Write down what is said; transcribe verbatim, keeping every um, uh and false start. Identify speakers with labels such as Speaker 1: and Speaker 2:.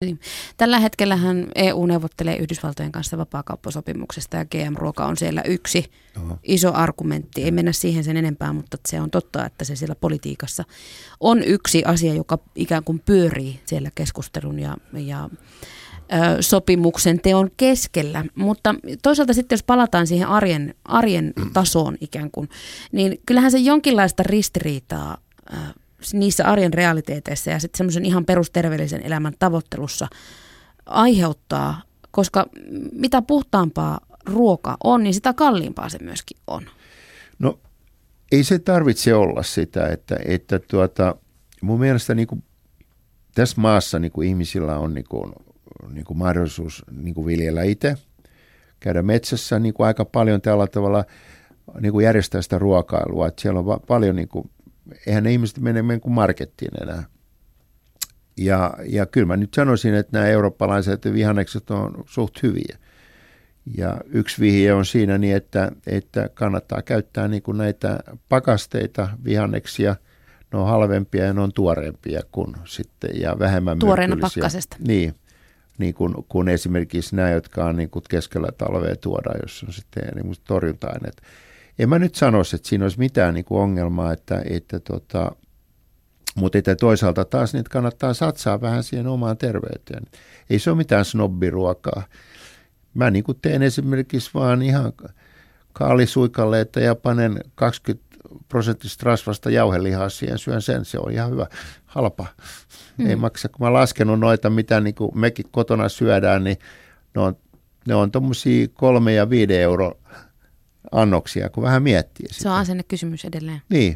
Speaker 1: Tällä hetkellähän E U neuvottelee Yhdysvaltojen kanssa vapaakauppasopimuksesta ja G M-ruoka on siellä yksi Oho. iso argumentti. Ei mennä siihen sen enempää, mutta se on totta, että se siellä politiikassa on yksi asia, joka ikään kuin pyörii siellä keskustelun ja, ja ö, sopimuksen teon keskellä. Mutta toisaalta sitten, jos palataan siihen arjen, arjen tasoon ikään kuin, niin kyllähän se jonkinlaista ristiriitaa ö, niissä arjen realiteeteissa ja sitten semmoisen ihan perusterveellisen elämän tavoittelussa aiheuttaa, koska mitä puhtaampaa ruoka on, niin sitä kalliimpaa se myöskin on.
Speaker 2: No ei se tarvitse olla sitä, että, että tuota, mun mielestä niin kuin tässä maassa niin kuin ihmisillä on niin kuin, niin kuin mahdollisuus niin kuin viljellä itse, käydä metsässä niin kuin aika paljon tällä tavalla niin kuin järjestää sitä ruokailua, että siellä on va- paljon niin kuin eihän ne ihmiset mene, mene kuin markettiin enää. Ja, ja kyllä mä nyt sanoisin, että nämä eurooppalaiset vihannekset on suht hyviä. Ja yksi vihje on siinä niin, että, että kannattaa käyttää niin kuin näitä pakasteita, vihanneksia. Ne on halvempia ja ne on tuoreempia kuin sitten, ja vähemmän
Speaker 1: tuoreena
Speaker 2: myrkyllisiä.
Speaker 1: pakkasesta.
Speaker 2: Niin, niin kuin, kuin esimerkiksi nämä, jotka on niin kuin keskellä talvea tuodaan, jos on sitten niin torjunta-aineet. En mä nyt sanoisi, että siinä olisi mitään niin kuin ongelmaa, että, että tota, mutta että toisaalta taas niitä kannattaa satsaa vähän siihen omaan terveyteen. Ei se ole mitään snobbiruokaa. Mä niin kuin teen esimerkiksi vaan ihan kaalisuikalleita ja panen kaksikymmentä prosenttista rasvasta jauhelihaa siihen, syön sen, se on ihan hyvä, halpa. Hmm. Ei maksa, kun mä laskenut noita, mitä niin kuin mekin kotona syödään, niin ne on, ne on tommosia kolme ja viiden euro annoksia, kun vähän miettii sitä.
Speaker 1: Se on asennekysymys edelleen.
Speaker 2: Niin.